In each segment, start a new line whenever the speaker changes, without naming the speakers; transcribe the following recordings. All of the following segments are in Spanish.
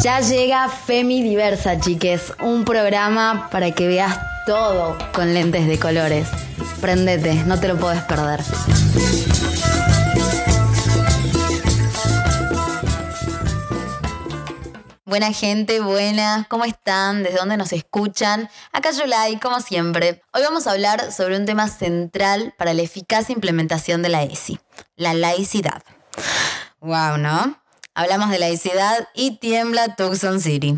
Ya llega Femi Diversa, chiques, un programa para que veas todo con lentes de colores. Prendete, no te lo podés perder. Buena gente, buena, ¿cómo están? ¿Desde dónde nos escuchan? Acá Yulay, como siempre. Hoy vamos a hablar sobre un tema central para la eficaz implementación de la ESI, la laicidad. Wow, ¿no? Hablamos de laicidad y tiembla Tucson City.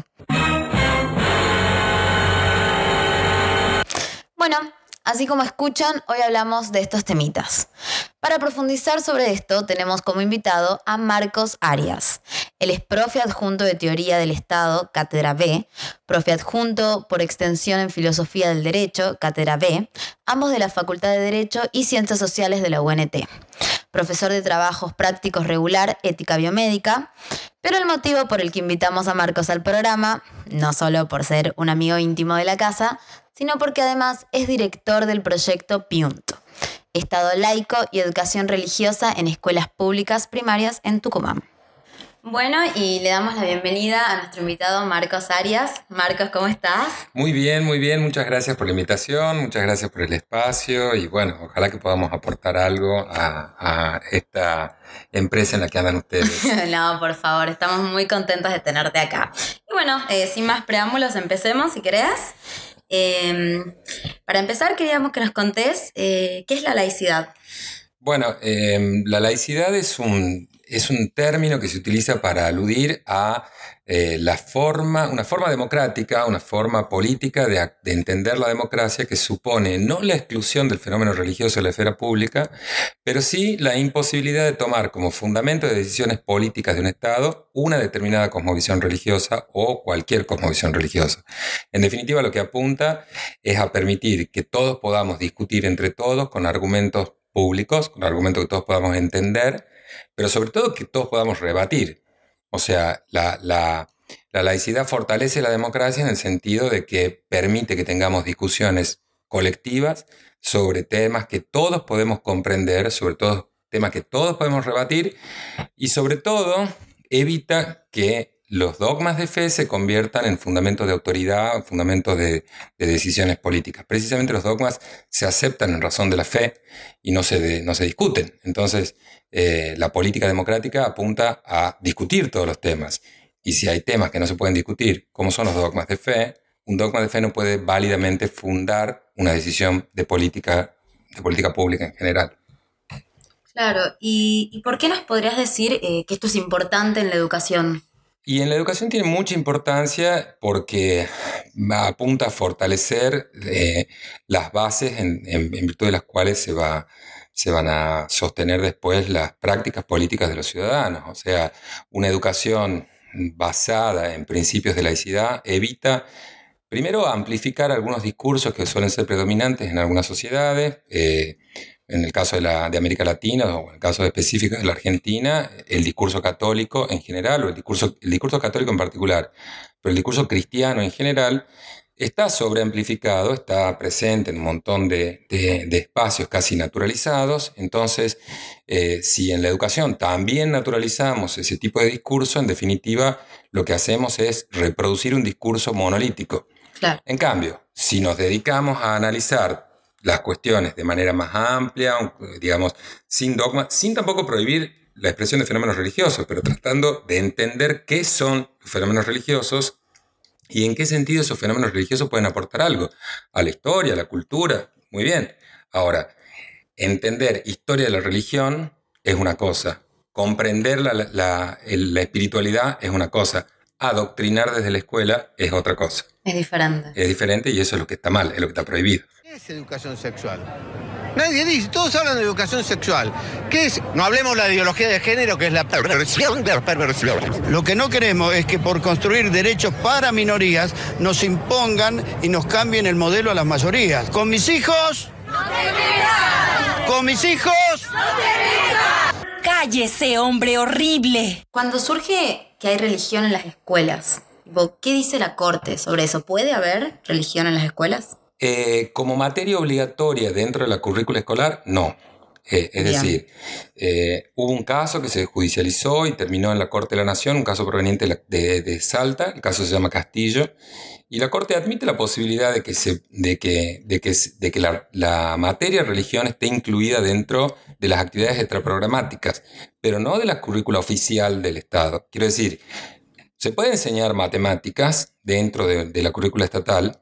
Bueno, así como escuchan, hoy hablamos de estos temitas. Para profundizar sobre esto, tenemos como invitado a Marcos Arias. Él es profe adjunto de Teoría del Estado, Cátedra B, profe adjunto por extensión en Filosofía del Derecho, Cátedra B, ambos de la Facultad de Derecho y Ciencias Sociales de la UNT. Profesor de Trabajos Prácticos Regular, Ética Biomédica. Pero el motivo por el que invitamos a Marcos al programa, no solo por ser un amigo íntimo de la casa, sino porque además es director del proyecto PIUNT, Estado Laico y Educación Religiosa en Escuelas Públicas Primarias en Tucumán. Bueno, y le damos la bienvenida a nuestro invitado Marcos Arias. Marcos, ¿cómo estás?
Muy bien, muchas gracias por la invitación, muchas gracias por el espacio y bueno, ojalá que podamos aportar algo a esta empresa en la que andan ustedes.
No, por favor, estamos muy contentos de tenerte acá. Y bueno, sin más preámbulos, empecemos si querés. Para empezar, queríamos que nos contés qué es la laicidad.
Bueno, la laicidad es un término que se utiliza para aludir a una forma democrática, una forma política de entender la democracia que supone no la exclusión del fenómeno religioso de la esfera pública, pero sí la imposibilidad de tomar como fundamento de decisiones políticas de un Estado una determinada cosmovisión religiosa o cualquier cosmovisión religiosa. En definitiva, lo que apunta es a permitir que todos podamos discutir entre todos con argumentos públicos, con argumentos que todos podamos entender, pero sobre todo que todos podamos rebatir. O sea, la laicidad fortalece la democracia en el sentido de que permite que tengamos discusiones colectivas sobre temas que todos podemos comprender, sobre todo temas que todos podemos rebatir y sobre todo evita que los dogmas de fe se conviertan en fundamentos de autoridad, en fundamentos de decisiones políticas. Precisamente los dogmas se aceptan en razón de la fe y no se discuten. Entonces, la política democrática apunta a discutir todos los temas. Y si hay temas que no se pueden discutir, como son los dogmas de fe, un dogma de fe no puede válidamente fundar una decisión de política pública en general.
Claro, ¿y por qué nos podrías decir que esto es importante en la educación?
Y en la educación tiene mucha importancia porque apunta a fortalecer las bases en virtud de las cuales se van a sostener después las prácticas políticas de los ciudadanos. O sea, una educación basada en principios de laicidad evita, primero, amplificar algunos discursos que suelen ser predominantes en algunas sociedades. En el caso de América Latina o en el caso específico de la Argentina, el discurso católico en general, o el discurso católico en particular, pero el discurso cristiano en general, está sobreamplificado, está presente en un montón de espacios casi naturalizados. Entonces, si en la educación también naturalizamos ese tipo de discurso, en definitiva, lo que hacemos es reproducir un discurso monolítico.
Claro.
En cambio, si nos dedicamos a analizar las cuestiones de manera más amplia, digamos, sin dogma, sin tampoco prohibir la expresión de fenómenos religiosos, pero tratando de entender qué son los fenómenos religiosos y en qué sentido esos fenómenos religiosos pueden aportar algo a la historia, a la cultura. Muy bien. Ahora, entender historia de la religión es una cosa, comprender la espiritualidad es una cosa, adoctrinar desde la escuela es otra cosa.
Es diferente.
Es diferente y eso es lo que está mal, es lo que está prohibido.
¿Qué es educación sexual? Nadie dice, todos hablan de educación sexual. ¿Qué es? No hablemos de la ideología de género, que es la perversión de las perversiones. Lo que no queremos es que por construir derechos para minorías nos impongan y nos cambien el modelo a las mayorías. Con mis hijos... ¡No te metas! Con mis hijos... ¡No te metas!
¡Cállese, hombre horrible!
Cuando surge que hay religión en las escuelas, ¿qué dice la Corte sobre eso? ¿Puede haber religión en las escuelas?
Como materia obligatoria dentro de la currícula escolar, no. Es decir, hubo un caso que se judicializó y terminó en la Corte de la Nación, un caso proveniente de Salta, el caso se llama Castillo, y la Corte admite la posibilidad de que la materia religión esté incluida dentro de las actividades extraprogramáticas, pero no de la currícula oficial del Estado. Quiero decir, se puede enseñar matemáticas dentro de la currícula estatal,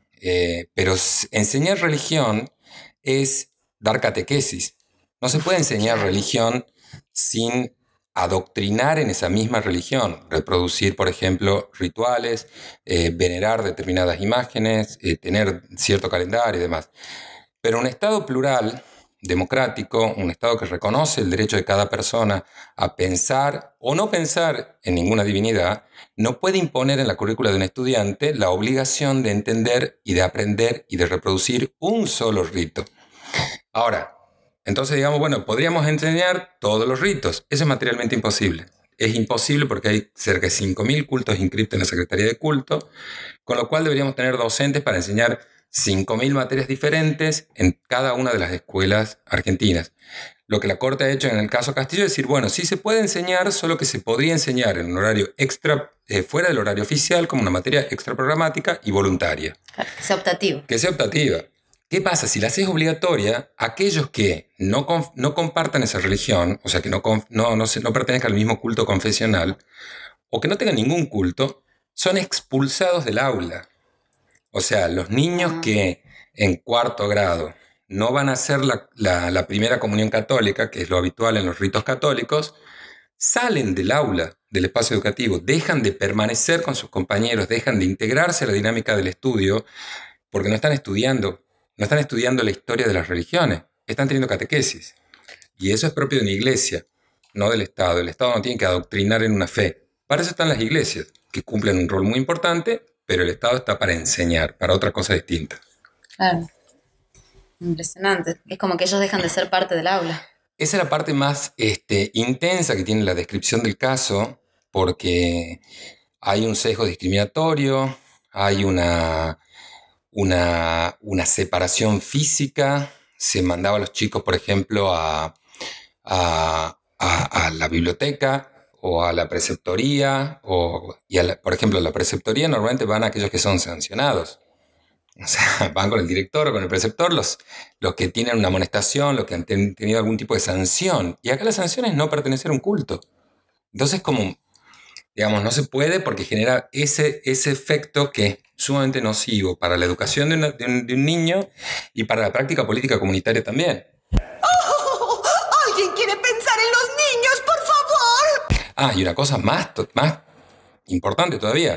pero enseñar religión es dar catequesis. No se puede enseñar religión sin adoctrinar en esa misma religión, reproducir, por ejemplo, rituales, venerar determinadas imágenes, tener cierto calendario y demás. Pero un Estado plural, democrático, un Estado que reconoce el derecho de cada persona a pensar o no pensar en ninguna divinidad, no puede imponer en la currícula de un estudiante la obligación de entender y de aprender y de reproducir un solo rito. Ahora, entonces digamos, bueno, podríamos enseñar todos los ritos. Eso es materialmente imposible. Es imposible porque hay cerca de 5.000 cultos inscritos en la Secretaría de Culto, con lo cual deberíamos tener docentes para enseñar 5.000 materias diferentes en cada una de las escuelas argentinas. Lo que la Corte ha hecho en el caso Castillo es decir, bueno, sí se puede enseñar, solo que se podría enseñar en un horario extra, fuera del horario oficial, como una materia extra programática y voluntaria.
Que sea optativo.
Que sea optativa. ¿Qué pasa? Si la haces obligatoria, aquellos que no compartan esa religión, o sea, que no pertenezcan al mismo culto confesional, o que no tengan ningún culto, son expulsados del aula. O sea, los niños que en 4º grado no van a hacer la primera comunión católica, que es lo habitual en los ritos católicos, salen del aula, del espacio educativo, dejan de permanecer con sus compañeros, dejan de integrarse a la dinámica del estudio, porque no están estudiando la historia de las religiones, están teniendo catequesis. Y eso es propio de una iglesia, no del Estado. El Estado no tiene que adoctrinar en una fe. Para eso están las iglesias, que cumplen un rol muy importante, pero el Estado está para enseñar, para otra cosa distinta.
Claro. Impresionante. Es como que ellos dejan de ser parte del aula.
Esa es la parte más intensa que tiene la descripción del caso, porque hay un sesgo discriminatorio, hay una separación física. Se mandaba a los chicos, por ejemplo, a la biblioteca o a la preceptoría, por ejemplo, a la preceptoría normalmente van aquellos que son sancionados. O sea, van con el director o con el preceptor los que tienen una amonestación, los que han tenido algún tipo de sanción. Y acá la sanción es no pertenecer a un culto. Entonces, como, digamos, no se puede porque genera ese efecto que es sumamente nocivo para la educación de un niño y para la práctica política comunitaria también.
¡Oh! ¿Alguien quiere pensar en los niños, por favor?
Y una cosa más importante todavía.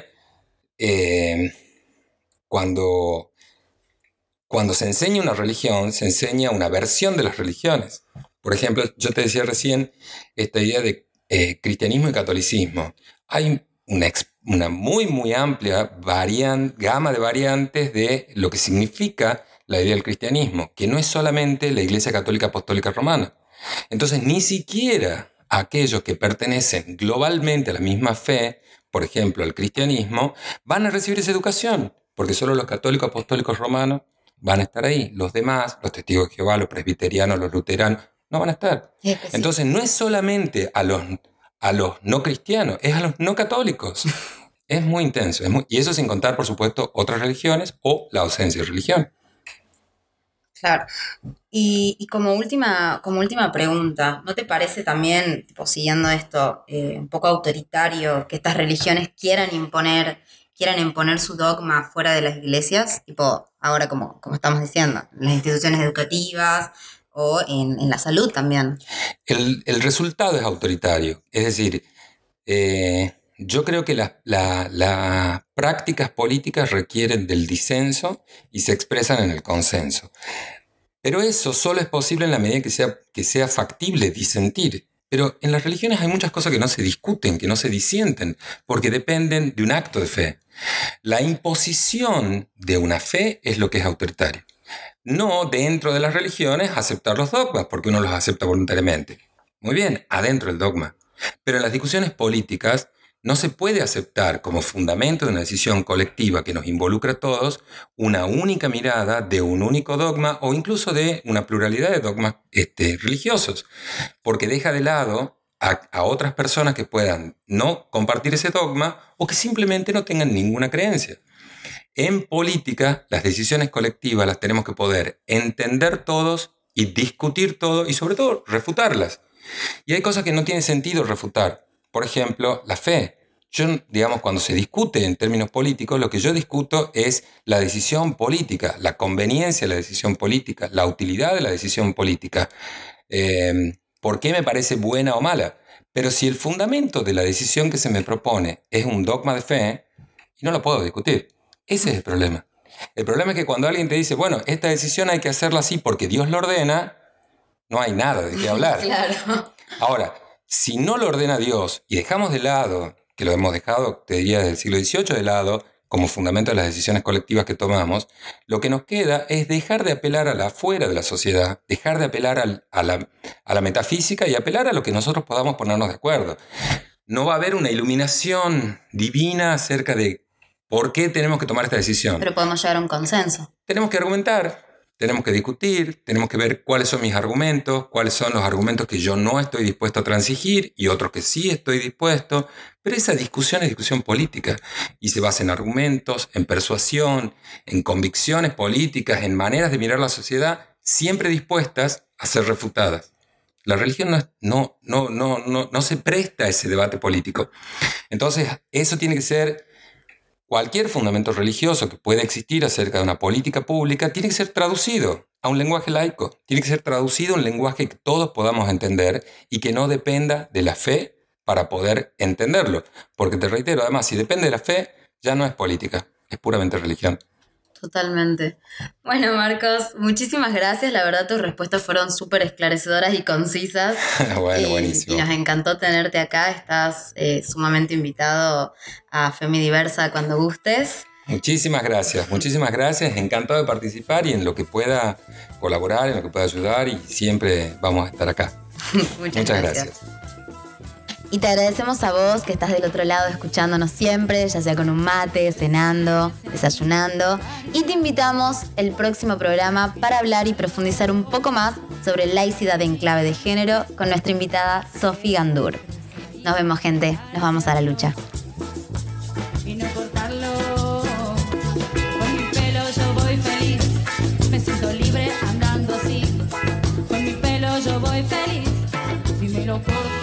Cuando se enseña una religión, se enseña una versión de las religiones. Por ejemplo, yo te decía recién esta idea de cristianismo y catolicismo. Hay una muy, muy amplia gama de variantes de lo que significa la idea del cristianismo, que no es solamente la Iglesia Católica Apostólica Romana. Entonces, ni siquiera aquellos que pertenecen globalmente a la misma fe, por ejemplo, al cristianismo, van a recibir esa educación, porque solo los católicos apostólicos romanos van a estar ahí. Los demás, los testigos de Jehová, los presbiterianos, los luteranos, no van a estar. Entonces, no es solamente a los no cristianos, es a los no católicos. Es muy intenso. Y eso sin contar, por supuesto, otras religiones o la ausencia de religión.
Claro. Y como última pregunta, ¿no te parece también, tipo, siguiendo esto, un poco autoritario que estas religiones quieran imponer su dogma fuera de las iglesias? Tipo, ahora como estamos diciendo, en las instituciones educativas o en la salud también.
El resultado es autoritario. Es decir, yo creo que las prácticas políticas requieren del disenso y se expresan en el consenso. Pero eso solo es posible en la medida que sea factible disentir. Pero en las religiones hay muchas cosas que no se discuten, que no se disienten, porque dependen de un acto de fe. La imposición de una fe es lo que es autoritario. No dentro de las religiones aceptar los dogmas, porque uno los acepta voluntariamente. Muy bien, adentro del dogma. Pero en las discusiones políticas No se puede aceptar como fundamento de una decisión colectiva que nos involucra a todos una única mirada de un único dogma o incluso de una pluralidad de dogmas religiosos, porque deja de lado a otras personas que puedan no compartir ese dogma o que simplemente no tengan ninguna creencia. En política, las decisiones colectivas las tenemos que poder entender todos y discutir todo y sobre todo refutarlas. Y hay cosas que no tiene sentido refutar. Por ejemplo, la fe. Yo, digamos, cuando se discute en términos políticos, lo que yo discuto es la decisión política, la conveniencia de la decisión política, la utilidad de la decisión política. ¿Por qué me parece buena o mala? Pero si el fundamento de la decisión que se me propone es un dogma de fe, no lo puedo discutir. Ese es el problema. El problema es que cuando alguien te dice, bueno, esta decisión hay que hacerla así porque Dios lo ordena, no hay nada de qué hablar.
Claro.
Ahora, si no lo ordena Dios y dejamos de lado, que lo hemos dejado, te diría, desde el siglo XVIII de lado, como fundamento de las decisiones colectivas que tomamos, lo que nos queda es dejar de apelar a la afuera de la sociedad, dejar de apelar a la metafísica y apelar a lo que nosotros podamos ponernos de acuerdo. No va a haber una iluminación divina acerca de por qué tenemos que tomar esta decisión.
Pero podemos llegar a un consenso.
Tenemos que argumentar, tenemos que discutir, tenemos que ver cuáles son mis argumentos, cuáles son los argumentos que yo no estoy dispuesto a transigir y otros que sí estoy dispuesto. Pero esa discusión es discusión política y se basa en argumentos, en persuasión, en convicciones políticas, en maneras de mirar la sociedad, siempre dispuestas a ser refutadas. La religión no se presta a ese debate político. Entonces, eso tiene que ser... Cualquier fundamento religioso que pueda existir acerca de una política pública tiene que ser traducido a un lenguaje laico, tiene que ser traducido a un lenguaje que todos podamos entender y que no dependa de la fe para poder entenderlo. Porque te reitero, además, si depende de la fe, ya no es política, es puramente religión.
Totalmente. Bueno, Marcos, muchísimas gracias. La verdad, tus respuestas fueron súper esclarecedoras y concisas.
Bueno, buenísimo.
Y nos encantó tenerte acá. Estás sumamente invitado a Femidiversa cuando gustes.
Muchísimas gracias. Encantado de participar y en lo que pueda colaborar, en lo que pueda ayudar y siempre vamos a estar acá. Muchas gracias.
Y te agradecemos a vos que estás del otro lado escuchándonos siempre, ya sea con un mate, cenando, desayunando. Y te invitamos el próximo programa para hablar y profundizar un poco más sobre laicidad en clave de género con nuestra invitada Sofi Gandur. Nos vemos, gente. Nos vamos a la lucha.
Y no cortarlo, con mi pelo yo voy feliz, me siento libre andando así, con mi pelo yo voy feliz, si me lo corto